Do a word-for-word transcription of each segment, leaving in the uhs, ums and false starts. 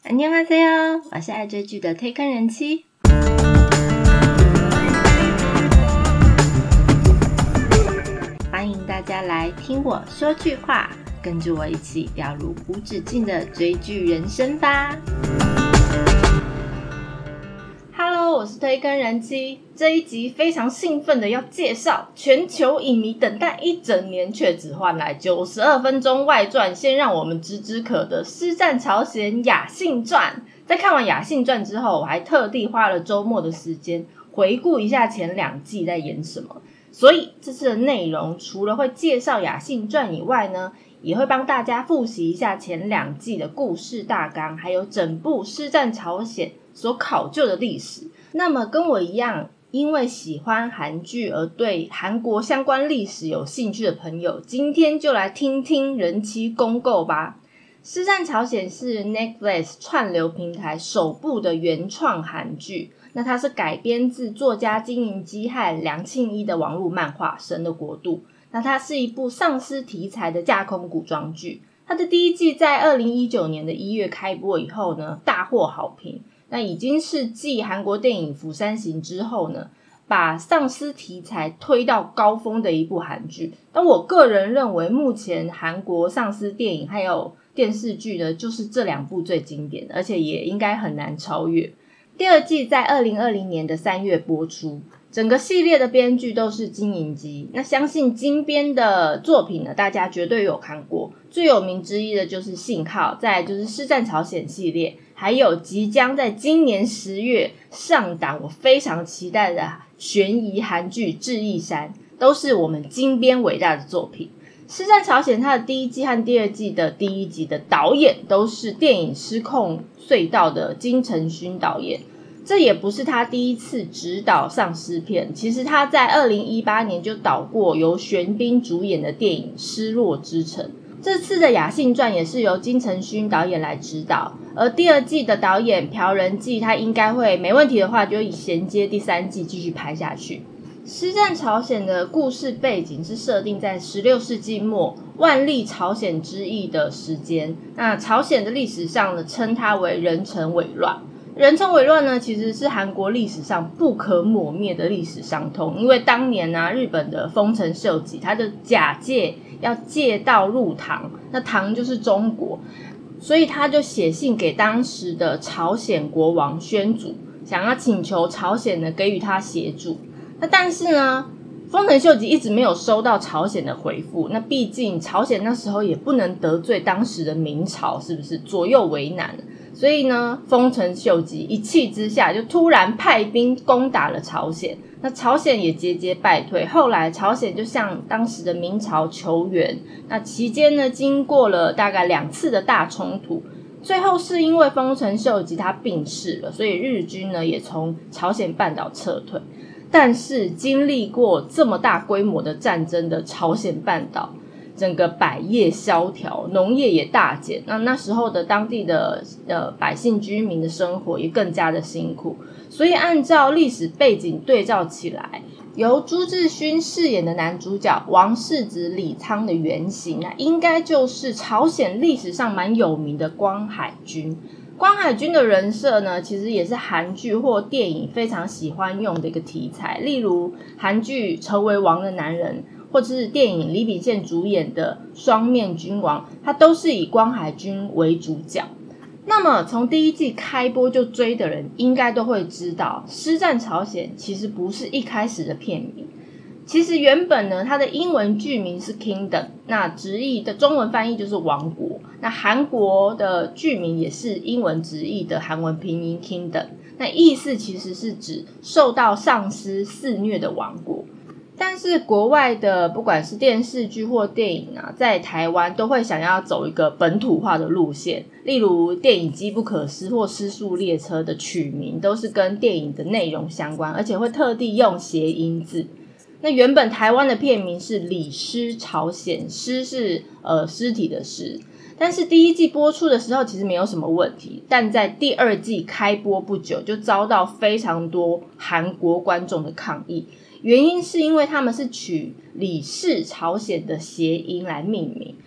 안녕하세요，我是爱追剧的推坑人妻。欢迎大家来听我说句话，跟着我一起掉入无止境的追剧人生吧。Hello， 我是推坑人妻。这一集非常兴奋的要介绍全球影迷等待一整年却只换来九十二分钟外传，先让我们止止渴的《师战朝鲜雅信传》。在看完《雅信传》之后，我还特地花了周末的时间回顾一下前两季在演什么。所以这次的内容除了会介绍《雅信传》以外呢，也会帮大家复习一下前两季的故事大纲，还有整部《师战朝鲜》所考究的历史。那么跟我一样因为喜欢韩剧而对韩国相关历史有兴趣的朋友，今天就来听听人妻公购吧。《师战朝鲜》是 Netflix 串流平台首部的原创韩剧，那它是改编自作家金银基和梁庆一的网络漫画《神的国度》。那它是一部丧尸题材的架空古装剧，它的第一季在二零一九年的一月开播以后呢，大获好评。那已经是继韩国电影《釜山行》之后呢，把丧尸题材推到高峰的一部韩剧。但我个人认为目前韩国丧尸电影还有电视剧呢，就是这两部最经典的，而且也应该很难超越。第二季在二零二零年的三月播出，整个系列的编剧都是金银基。那相信金编的作品呢，大家绝对有看过，最有名之一的就是信号，再来就是师战朝鲜系列，还有即将在今年十月上档我非常期待的悬疑韩剧《智异山》，都是我们金编伟大的作品。师战朝鲜它的第一季和第二季的第一集的导演都是电影《失控隧道》的金成勋导演，这也不是他第一次执导丧尸片，其实他在二零一八年就导过由玄彬主演的电影《失落之城》。这次的《雅信传》也是由金成勋导演来指导，而第二季的导演朴仁纪他应该会没问题的话，就衔接第三季继续拍下去。师战朝鲜的故事背景是设定在十六世纪末万历朝鲜之役的时间，那朝鲜的历史上呢称它为壬辰伪乱。壬辰伪乱呢其实是韩国历史上不可磨灭的历史伤痛，因为当年啊日本的丰臣秀吉他的假借要借道入唐，那唐就是中国，所以他就写信给当时的朝鲜国王宣祖，想要请求朝鲜呢给予他协助。那但是呢丰臣秀吉一直没有收到朝鲜的回复，那毕竟朝鲜那时候也不能得罪当时的明朝，是不是左右为难，所以呢丰臣秀吉一气之下就突然派兵攻打了朝鲜，那朝鲜也节节败退，后来朝鲜就向当时的明朝求援，那期间呢经过了大概两次的大冲突，最后是因为丰臣秀吉他病逝了，所以日军呢也从朝鲜半岛撤退。但是经历过这么大规模的战争的朝鲜半岛，整个百业萧条，农业也大减，那那时候的当地的呃百姓居民的生活也更加的辛苦，所以按照历史背景对照起来，由朱智勋饰演的男主角王世子李沧的原型，那应该就是朝鲜历史上蛮有名的光海军。光海军的人设呢，其实也是韩剧或电影非常喜欢用的一个题材，例如韩剧《成为王的男人》，或者是电影李秉宪主演的《双面君王》，它都是以光海军为主角。那么从第一季开播就追的人应该都会知道，师战朝鲜其实不是一开始的片名，其实原本呢它的英文剧名是 Kingdom， 那直译的中文翻译就是王国，那韩国的剧名也是英文直译的韩文拼音 Kingdom， 那意思其实是指受到丧尸肆虐的王国。但是国外的不管是电视剧或电影啊，在台湾都会想要走一个本土化的路线，例如电影《机不可失》或《失速列车》的取名都是跟电影的内容相关，而且会特地用谐音字。那原本台湾的片名是李尸朝鲜，尸是呃尸体的尸，但是第一季播出的时候其实没有什么问题，但在第二季开播不久就遭到非常多韩国观众的抗议，原因是因为他们是取李氏朝鲜的谐音来命名，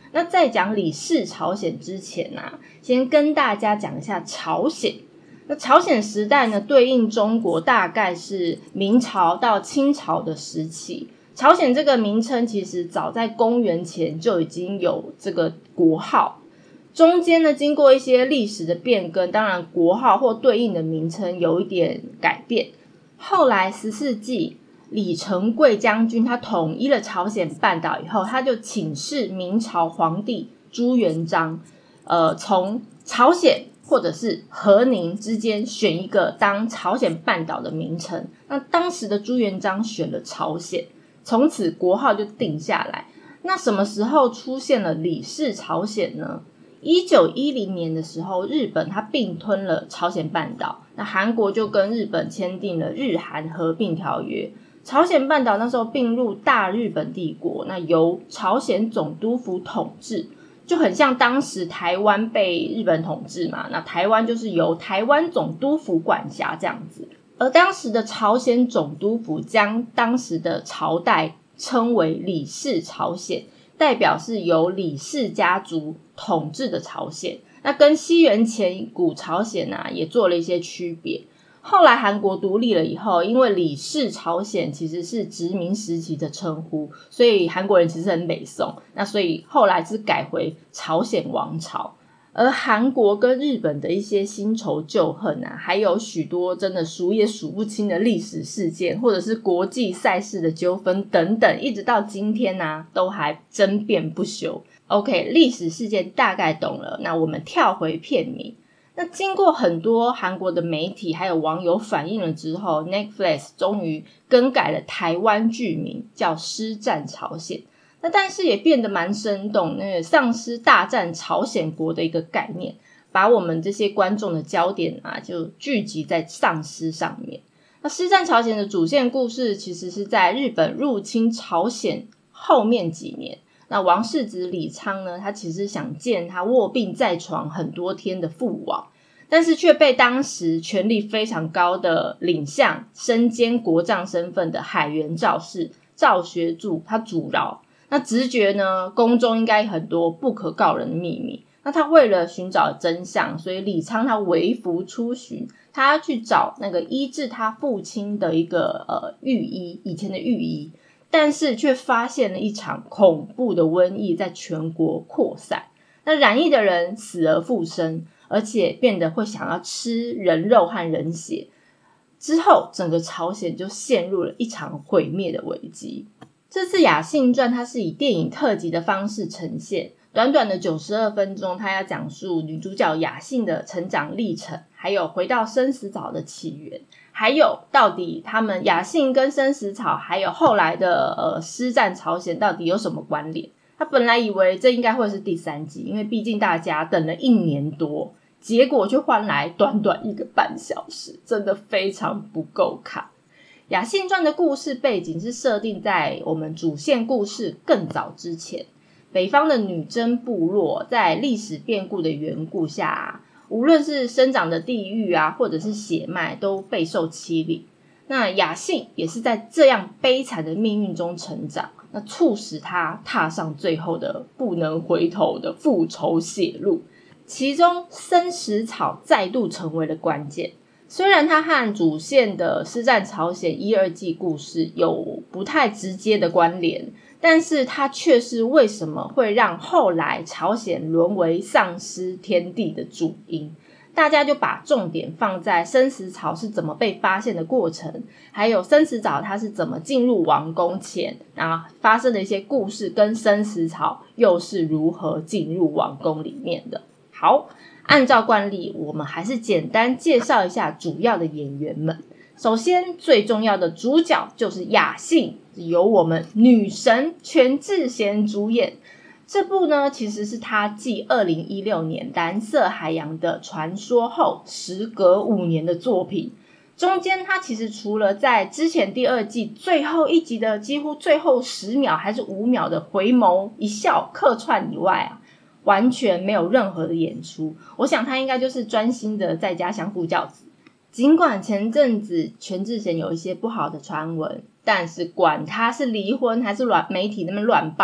那在讲李氏朝鲜之前啊，先跟大家讲一下朝鲜。那朝鲜时代呢，对应中国大概是明朝到清朝的时期。朝鲜这个名称其实早在公元前就已经有这个国号，中间呢经过一些历史的变更，当然国号或对应的名称有一点改变。后来十四纪李成桂将军他统一了朝鲜半岛以后，他就请示明朝皇帝朱元璋，呃，从朝鲜或者是和宁之间选一个当朝鲜半岛的名称。那当时的朱元璋选了朝鲜，从此国号就定下来。那什么时候出现了李氏朝鲜呢？一九一零年的时候，日本它并吞了朝鲜半岛，那韩国就跟日本签订了日韩合并条约。朝鲜半岛那时候并入大日本帝国，那由朝鲜总督府统治，就很像当时台湾被日本统治嘛，那台湾就是由台湾总督府管辖这样子。而当时的朝鲜总督府将当时的朝代称为李氏朝鲜，代表是由李氏家族统治的朝鲜。那跟西元前古朝鲜啊也做了一些区别。后来韩国独立了以后，因为李氏朝鲜其实是殖民时期的称呼，所以韩国人其实很北宋，那所以后来是改回朝鲜王朝。而韩国跟日本的一些新仇旧恨啊，还有许多真的数也数不清的历史事件，或者是国际赛事的纠纷等等，一直到今天啊都还争辩不休。 OK， 历史事件大概懂了，那我们跳回片名。那经过很多韩国的媒体还有网友反映了之后， Netflix 终于更改了台湾剧名叫师战朝鲜。那但是也变得蛮生动，那个丧尸大战朝鲜国的一个概念，把我们这些观众的焦点啊就聚集在丧尸上面。那师战朝鲜的主线故事其实是在日本入侵朝鲜后面几年，那王世子李昌呢，他其实想见他卧病在床很多天的父王，但是却被当时权力非常高的领相身兼国丈身份的海原赵氏赵学柱他阻挠。那直觉呢，宫中应该很多不可告人的秘密。那他为了寻找真相，所以李昌他微服出巡，他要去找那个医治他父亲的一个呃御医，以前的御医，但是却发现了一场恐怖的瘟疫在全国扩散。那染疫的人死而复生，而且变得会想要吃人肉和人血。之后，整个朝鲜就陷入了一场毁灭的危机。这次雅信传它是以电影特辑的方式呈现，短短的九十二分钟，它要讲述女主角雅信的成长历程，还有回到生死草的起源，还有到底他们雅信跟生死草还有后来的呃师战朝鲜到底有什么关联。他本来以为这应该会是第三季，因为毕竟大家等了一年多，结果却换来短短一个半小时，真的非常不够看。雅信传的故事背景是设定在我们主线故事更早之前，北方的女真部落在历史变故的缘故下、啊、无论是生长的地域啊，或者是血脉都备受欺凌。那雅信也是在这样悲惨的命运中成长，那促使她踏上最后的不能回头的复仇血路，其中生死草再度成为了关键。虽然它和主线的师战朝鲜一二季故事有不太直接的关联，但是它却是为什么会让后来朝鲜沦为丧尸天地的主因。大家就把重点放在生死草是怎么被发现的过程，还有生死草它是怎么进入王宫前，然后发生的一些故事跟生死草又是如何进入王宫里面的。好，按照惯例，我们还是简单介绍一下主要的演员们。首先，最重要的主角就是雅信，由我们女神全智贤主演。这部呢，其实是她继二零一六年蓝色海洋的传说后，时隔五年的作品。中间她其实除了在之前第二季最后一集的几乎最后十秒还是五秒的回眸一笑客串以外啊，完全没有任何的演出。我想他应该就是专心的在家相夫教子。尽管前阵子全智贤有一些不好的传闻，但是管他是离婚还是媒体那边乱报，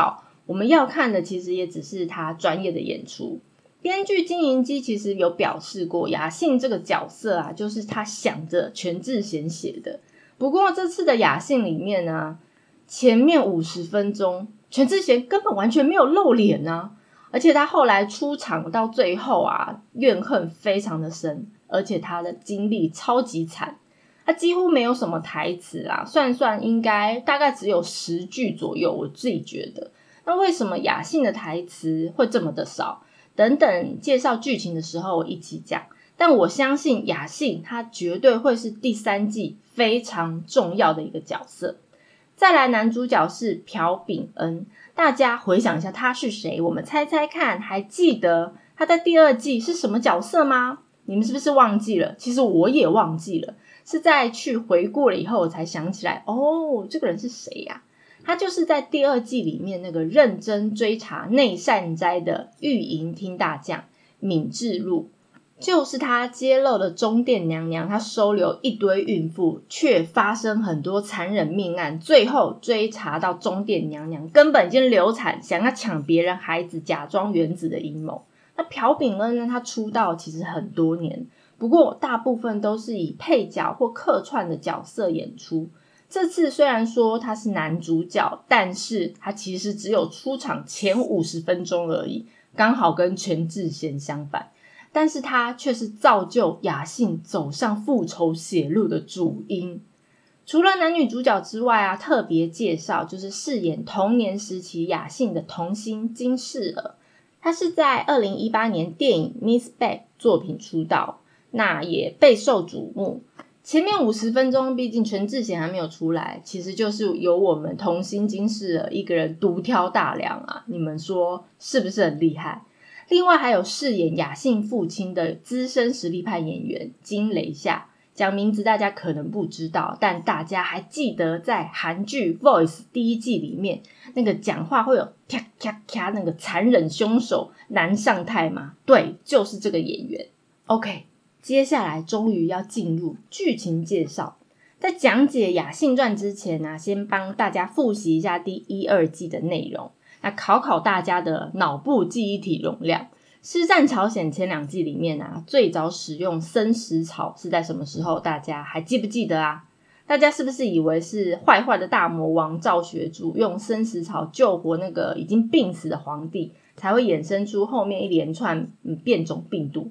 我们要看的其实也只是他专业的演出。编剧金银姬其实有表示过，雅信这个角色啊，就是他想着全智贤写的。不过这次的雅信里面啊，前面五十分钟全智贤根本完全没有露脸啊，而且他后来出场到最后啊，怨恨非常的深，而且他的经历超级惨，他几乎没有什么台词啦，算算应该大概只有十句左右，我自己觉得。那为什么雅信的台词会这么的少？等等介绍剧情的时候一起讲。但我相信雅信他绝对会是第三季非常重要的一个角色。再来，男主角是朴炳恩，大家回想一下他是谁，我们猜猜看，还记得他在第二季是什么角色吗？你们是不是忘记了？其实我也忘记了，是在去回顾了以后我才想起来，哦，这个人是谁呀？他就是在第二季里面那个认真追查内善斋的御营厅大将闵智禄，就是他揭露了中殿娘娘她收留一堆孕妇，却发生很多残忍命案，最后追查到中殿娘娘根本已经流产，想要抢别人孩子假装原子的阴谋。那朴炳恩呢，他出道其实很多年，不过大部分都是以配角或客串的角色演出。这次虽然说他是男主角，但是他其实只有出场前五十分钟而已，刚好跟全智贤相反，但是他却是造就雅信走上复仇血路的主因。除了男女主角之外啊，特别介绍就是饰演童年时期雅信的童星金世儿，他是在二零一八年电影 Miss Back 作品出道，那也备受瞩目。前面五十分钟毕竟全智贤还没有出来，其实就是由我们童星金世儿一个人独挑大梁啊，你们说是不是很厉害？另外还有饰演雅信父亲的资深实力派演员金雷夏，讲名字大家可能不知道，但大家还记得在韩剧 Voice 第一季里面那个讲话会有咔咔咔那个残忍凶手南尚泰吗？对，就是这个演员。 OK，接下来终于要进入剧情介绍。在讲解雅信传之前啊，先帮大家复习一下第一、二季的内容，那考考大家的脑部记忆体容量。师战朝鲜前两季里面啊，最早使用生食草是在什么时候？大家还记不记得啊？大家是不是以为是坏坏的大魔王赵学柱用生食草救活那个已经病死的皇帝，才会衍生出后面一连串、嗯、变种病毒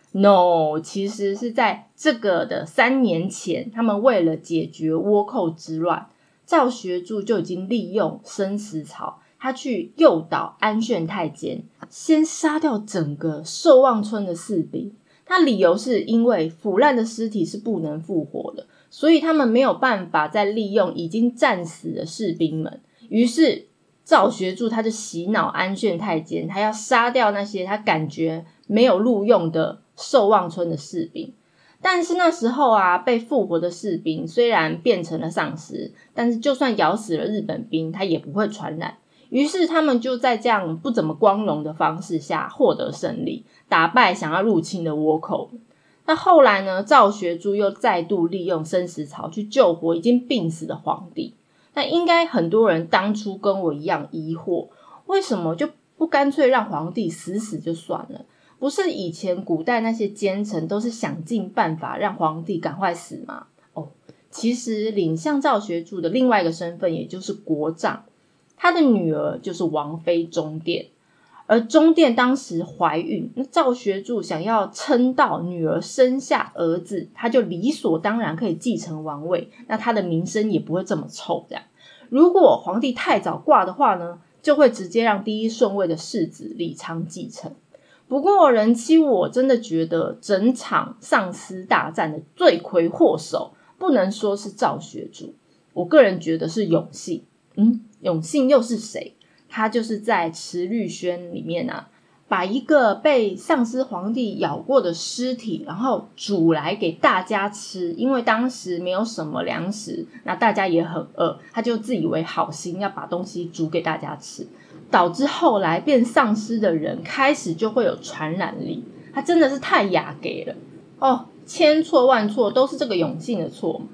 ？No， 其实是在这个的三年前，他们为了解决倭寇之乱，赵学柱就已经利用生食草，他去诱导安炫太监先杀掉整个寿望村的士兵。他理由是因为腐烂的尸体是不能复活的，所以他们没有办法再利用已经战死的士兵们。于是赵学柱他就洗脑安炫太监，他要杀掉那些他感觉没有录用的寿望村的士兵。但是那时候啊，被复活的士兵虽然变成了丧尸，但是就算咬死了日本兵，他也不会传染。于是他们就在这样不怎么光荣的方式下获得胜利，打败想要入侵的倭寇。那后来呢，赵学柱又再度利用生食草去救活已经病死的皇帝。那应该很多人当初跟我一样疑惑，为什么就不干脆让皇帝死死就算了？不是以前古代那些奸臣都是想尽办法让皇帝赶快死吗？哦，其实领相赵学柱的另外一个身份也就是国丈，他的女儿就是王妃中殿。而中殿当时怀孕，那赵学柱想要撑到女儿生下儿子，他就理所当然可以继承王位，那他的名声也不会这么臭这样。如果皇帝太早挂的话呢，就会直接让第一顺位的世子李昌继承。不过人妻我真的觉得整场丧尸大战的罪魁祸首不能说是赵学柱，我个人觉得是永信。嗯，永信又是谁？他就是在池绿轩里面啊，把一个被丧尸皇帝咬过的尸体然后煮来给大家吃，因为当时没有什么粮食，那大家也很饿，他就自以为好心要把东西煮给大家吃，导致后来变丧尸的人开始就会有传染力。他真的是太雅给了哦，千错万错都是这个永信的错。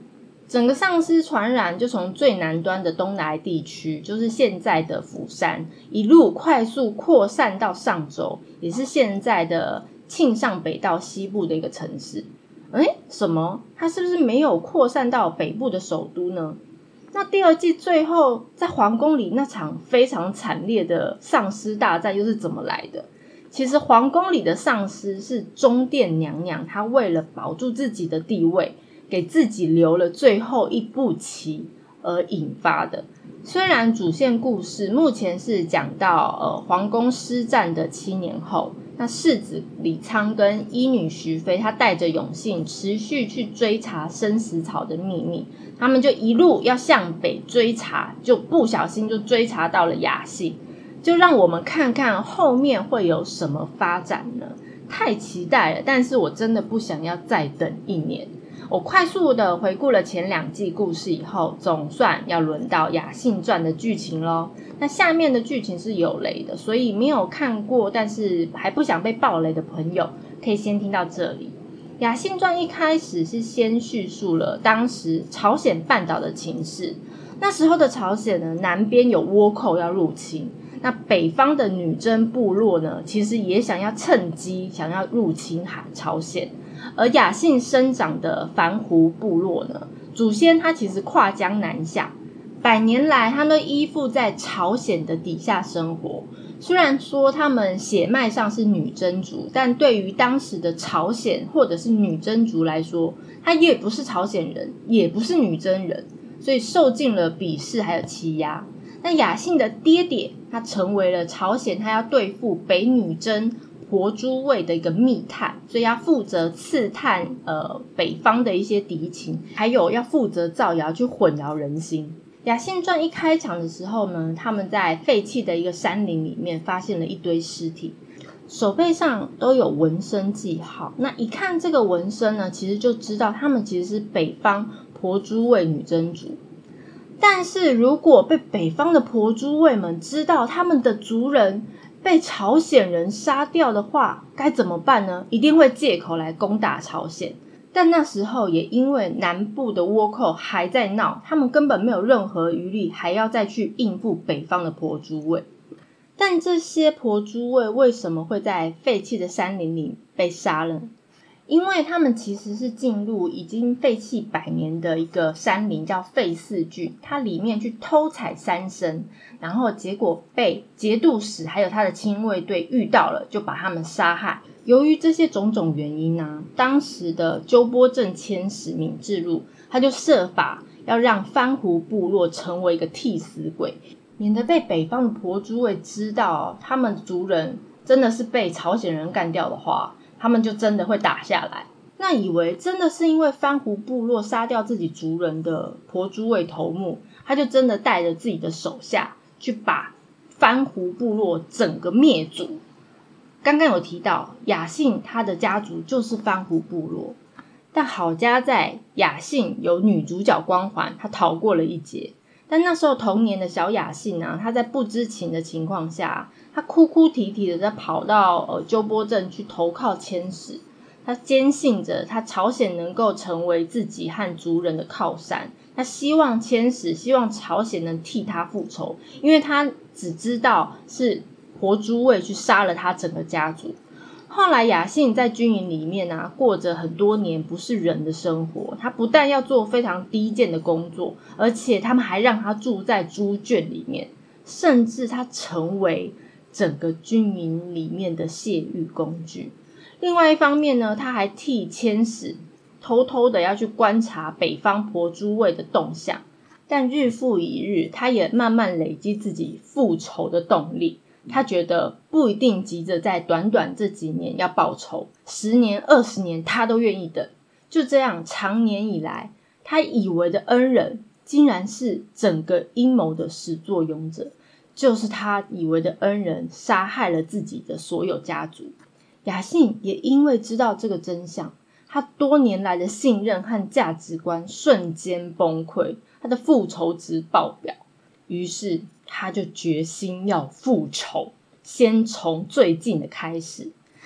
整个丧尸传染就从最南端的东来地区，就是现在的釜山，一路快速扩散到上州，也是现在的庆尚北道西部的一个城市。诶，什么？它是不是没有扩散到北部的首都呢？那第二季最后在皇宫里那场非常惨烈的丧尸大战又是怎么来的？其实皇宫里的丧尸是中殿娘娘她为了保住自己的地位，给自己留了最后一步棋而引发的。虽然主线故事目前是讲到呃皇宫失战的七年后，那世子李沧跟医女徐妃她带着永信持续去追查生死草的秘密，他们就一路要向北追查，就不小心就追查到了雅信，就让我们看看后面会有什么发展呢？太期待了，但是我真的不想要再等一年。我快速的回顾了前两季故事以后，总算要轮到雅信传的剧情咯。那下面的剧情是有雷的，所以没有看过但是还不想被爆雷的朋友可以先听到这里。雅信传一开始是先叙述了当时朝鲜半岛的情势。那时候的朝鲜呢，南边有倭寇要入侵，那北方的女真部落呢，其实也想要趁机想要入侵朝鲜。而雅信生长的藩胡部落呢，祖先他其实跨江南下，百年来他们依附在朝鲜的底下生活。虽然说他们血脉上是女真族，但对于当时的朝鲜或者是女真族来说，他也不是朝鲜人，也不是女真人，所以受尽了鄙视还有欺压。那雅信的爹爹他成为了朝鲜他要对付北女真婆珠卫的一个密探，所以要负责刺探呃北方的一些敌情，还有要负责造谣去混淆人心。雅信传一开场的时候呢，他们在废弃的一个山林里面发现了一堆尸体，手背上都有纹身记号。那一看这个纹身呢，其实就知道他们其实是北方婆珠卫女真族。但是如果被北方的婆珠卫们知道他们的族人被朝鲜人杀掉的话，该怎么办呢？一定会借口来攻打朝鲜。但那时候也因为南部的倭寇还在闹，他们根本没有任何余力还要再去应付北方的婆珠卫。但这些婆珠卫为什么会在废弃的山林里被杀了？因为他们其实是进入已经废弃百年的一个山林叫废寺郡，它里面去偷采山参，然后结果被节度使还有他的亲卫队遇到了，就把他们杀害。由于这些种种原因啊，当时的鸠波镇千使闵志禄他就设法要让藩胡部落成为一个替死鬼，免得被北方的婆珠卫知道他们族人真的是被朝鲜人干掉的话，他们就真的会打下来。那以为真的是因为藩胡部落杀掉自己族人的婆珠卫头目，他就真的带着自己的手下去把藩胡部落整个灭族。刚刚有提到雅信他的家族就是藩胡部落，但好家在雅信有女主角光环，他逃过了一劫。但那时候童年的小雅信啊，他在不知情的情况下，他哭哭啼啼的在跑到呃鸠波镇去投靠千使。他坚信着他朝鲜能够成为自己和族人的靠山，他希望千使希望朝鲜能替他复仇，因为他只知道是婆珠卫去杀了他整个家族。后来雅信在军营里面啊，过着很多年不是人的生活，他不但要做非常低贱的工作，而且他们还让他住在猪圈里面，甚至他成为整个军营里面的泄欲工具。另外一方面呢，他还替千使偷偷的要去观察北方婆珠卫的动向，但日复一日，他也慢慢累积自己复仇的动力。他觉得不一定急着在短短这几年要报仇，十年二十年他都愿意等。就这样长年以来，他以为的恩人竟然是整个阴谋的始作俑者，就是他以为的恩人杀害了自己的所有家族。雅信也因为知道这个真相，他多年来的信任和价值观瞬间崩溃，他的复仇值爆表。于是他就决心要复仇，先从最近的开始。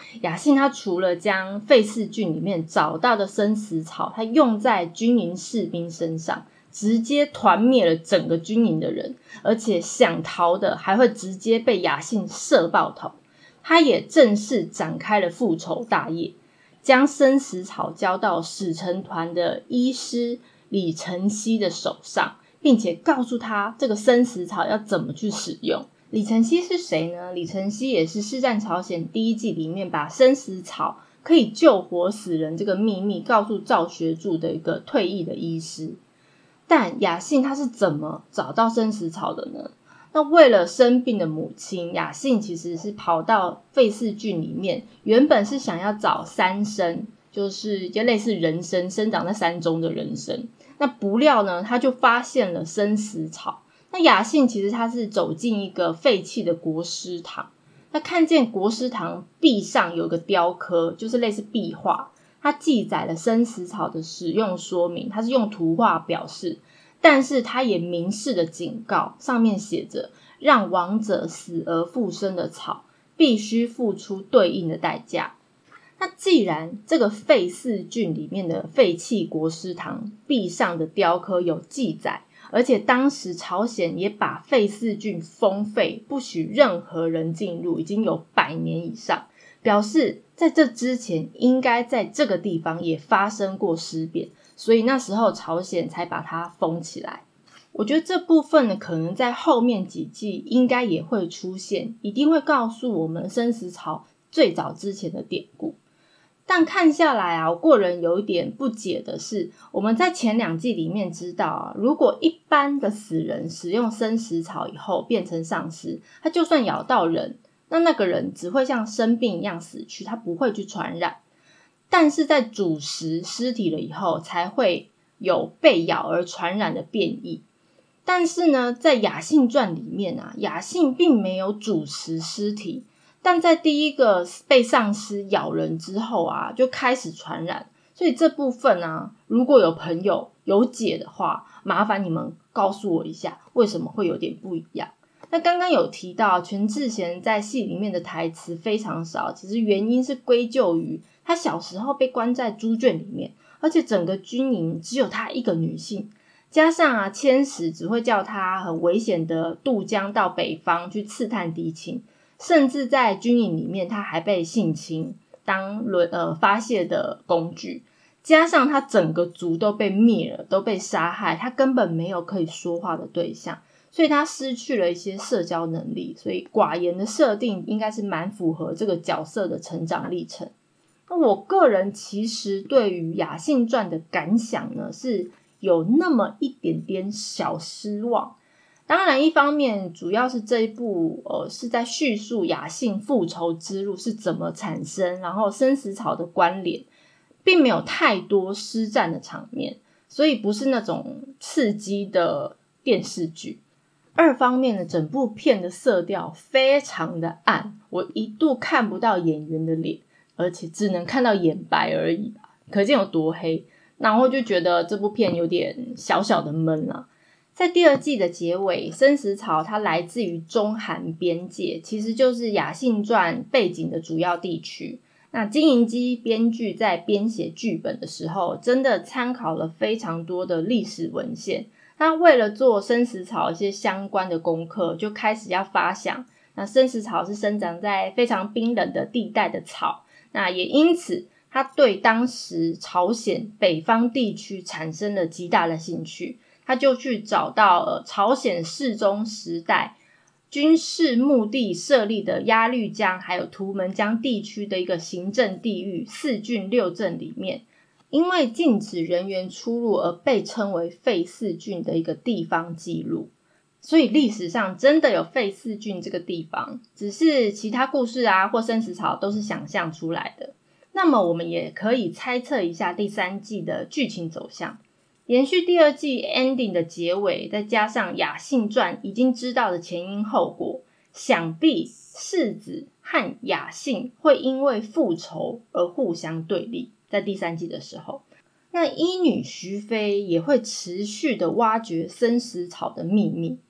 雅信他除了将费氏郡里面找到的生死草他用在军营士兵身上，直接团灭了整个军营的人，而且想逃的还会直接被雅信射爆头。他也正式展开了复仇大业，将生死草交到使臣团的医师李承熙的手上，并且告诉他这个生死草要怎么去使用。李承熙是谁呢？李承熙也是师战朝鲜第一季里面把生死草可以救活死人这个秘密告诉赵学柱的一个退役的医师。但雅信他是怎么找到生死草的呢？那为了生病的母亲，雅信其实是跑到费氏郡里面，原本是想要找山参，就是就类似人参，生长在山中的人参。那不料呢，他就发现了生死草。那雅信其实他是走进一个废弃的国师堂，他看见国师堂壁上有个雕刻，就是类似壁画，它记载了生死草的使用说明，它是用图画表示，但是它也明示的警告，上面写着让亡者死而复生的草必须付出对应的代价。那既然这个费氏郡里面的废弃国师堂壁上的雕刻有记载，而且当时朝鲜也把费氏郡封废，不许任何人进入，已经有百年以上，表示在这之前应该在这个地方也发生过尸变，所以那时候朝鲜才把它封起来。我觉得这部分呢，可能在后面几季应该也会出现，一定会告诉我们生死草最早之前的典故。但看下来啊，我个人有一点不解的是，我们在前两季里面知道啊，如果一般的死人使用生死草以后变成丧尸，他就算咬到人，那那个人只会像生病一样死去，他不会去传染。但是在煮食尸体了以后，才会有被咬而传染的变异。但是呢，在雅信传里面啊，雅信并没有煮食尸体，但在第一个被丧尸咬人之后啊，就开始传染。所以这部分啊，如果有朋友有解的话，麻烦你们告诉我一下，为什么会有点不一样。那刚刚有提到全智贤在戏里面的台词非常少，其实原因是归咎于他小时候被关在猪圈里面，而且整个军营只有他一个女性，加上啊千石只会叫他很危险的渡江到北方去刺探敌情，甚至在军营里面他还被性侵当呃发泄的工具，加上他整个族都被灭了，都被杀害，他根本没有可以说话的对象，所以他失去了一些社交能力，所以寡言的设定应该是蛮符合这个角色的成长历程。那我个人其实对于雅信传的感想呢，是有那么一点点小失望。当然一方面主要是这一部呃是在叙述雅信复仇之路是怎么产生，然后生死草的关联，并没有太多施战的场面，所以不是那种刺激的电视剧。二方面的整部片的色调非常的暗，我一度看不到演员的脸，而且只能看到眼白而已，可见有多黑，然后就觉得这部片有点小小的闷啦。在第二季的结尾，生死草它来自于中韩边界，其实就是雅信传背景的主要地区。那金银基编剧在编写剧本的时候，真的参考了非常多的历史文献，那为了做生死草一些相关的功课，就开始要发想，那生死草是生长在非常冰冷的地带的草，那也因此他对当时朝鲜北方地区产生了极大的兴趣，他就去找到呃朝鲜世宗时代军事目的设立的鸭绿江还有图们江地区的一个行政地域四郡六镇里面，因为禁止人员出入而被称为费氏郡的一个地方记录。所以历史上真的有费氏郡这个地方，只是其他故事啊或生死草都是想象出来的。那么我们也可以猜测一下第三季的剧情走向，延续第二季 ending 的结尾，再加上雅信传已经知道的前因后果，想必世子和雅信会因为复仇而互相对立，在第三季的时候，那医女徐妃也会持续的挖掘生死草的秘密。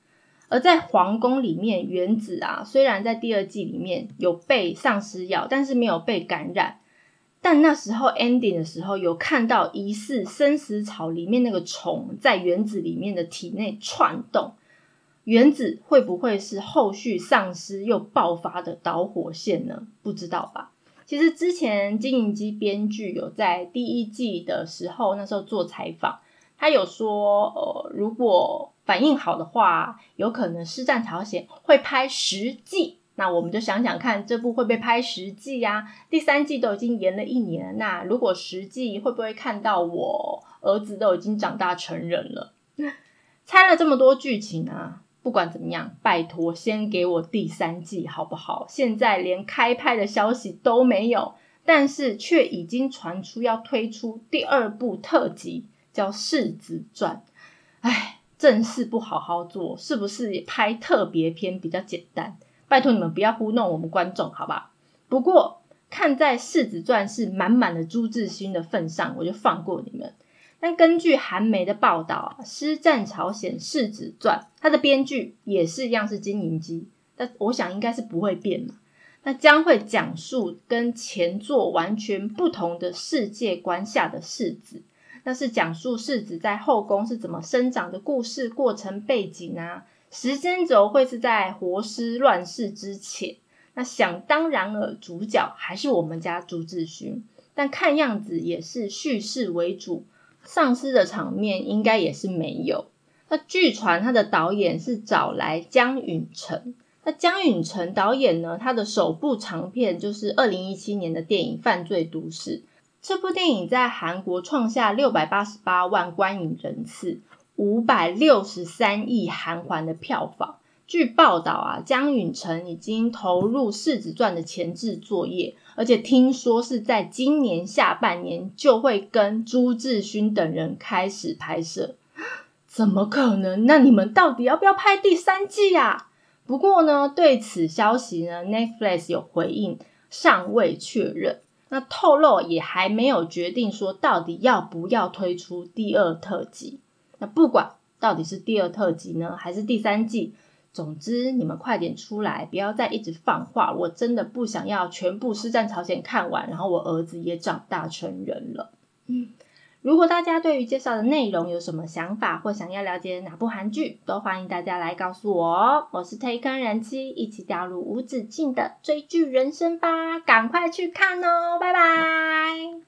而在皇宫里面，原子啊，虽然在第二季里面有被丧尸咬，但是没有被感染。但那时候 ending 的时候，有看到疑似生死草里面那个虫在原子里面的体内窜动。原子会不会是后续丧尸又爆发的导火线呢？不知道吧。其实之前金银姬编剧有在第一季的时候，那时候做采访，他有说呃，如果反应好的话，有可能师战朝鲜会拍十季。那我们就想想看，这部会被拍十季啊，第三季都已经延了一年，那如果十季会不会看到我儿子都已经长大成人了？猜了这么多剧情啊，不管怎么样，拜托先给我第三季好不好？现在连开拍的消息都没有，但是却已经传出要推出第二部特辑，叫《世子传》。唉，正事不好好做，是不是拍特别篇比较简单？拜托你们不要糊弄我们观众好不好？不过看在《世子传》是满满的朱智勋的份上，我就放过你们。但根据韩媒的报道啊，《师战朝鲜世子传》它的编剧也是一样是金银姬，但我想应该是不会变嘛。那将会讲述跟前作完全不同的世界观下的世子，那是讲述世子在后宫是怎么生长的故事过程背景啊，时间轴会是在活尸乱世之前。那想当然了，主角还是我们家朱智勋，但看样子也是叙事为主，丧尸的场面应该也是没有。那据传他的导演是找来姜允成，那姜允成导演呢，他的首部长片就是二零一七年的电影《犯罪都市》。这部电影在韩国创下六百八十八万观影人次，五百六十三亿韩元的票房。据报道啊，姜允成已经投入《世子传》的前置作业，而且听说是在今年下半年就会跟朱智勋等人开始拍摄。怎么可能？那你们到底要不要拍第三季啊？不过呢，对此消息呢 Netflix 有回应，尚未确认。那透露也还没有决定说到底要不要推出第二特辑。那不管到底是第二特辑呢，还是第三季，总之你们快点出来，不要再一直放话，我真的不想要全部师战朝鲜看完，然后我儿子也长大成人了。嗯，如果大家对于介绍的内容有什么想法，或想要了解哪部韩剧，都欢迎大家来告诉我哦。我是推坑人妻，一起掉入无止境的追剧人生吧，赶快去看哦，拜拜。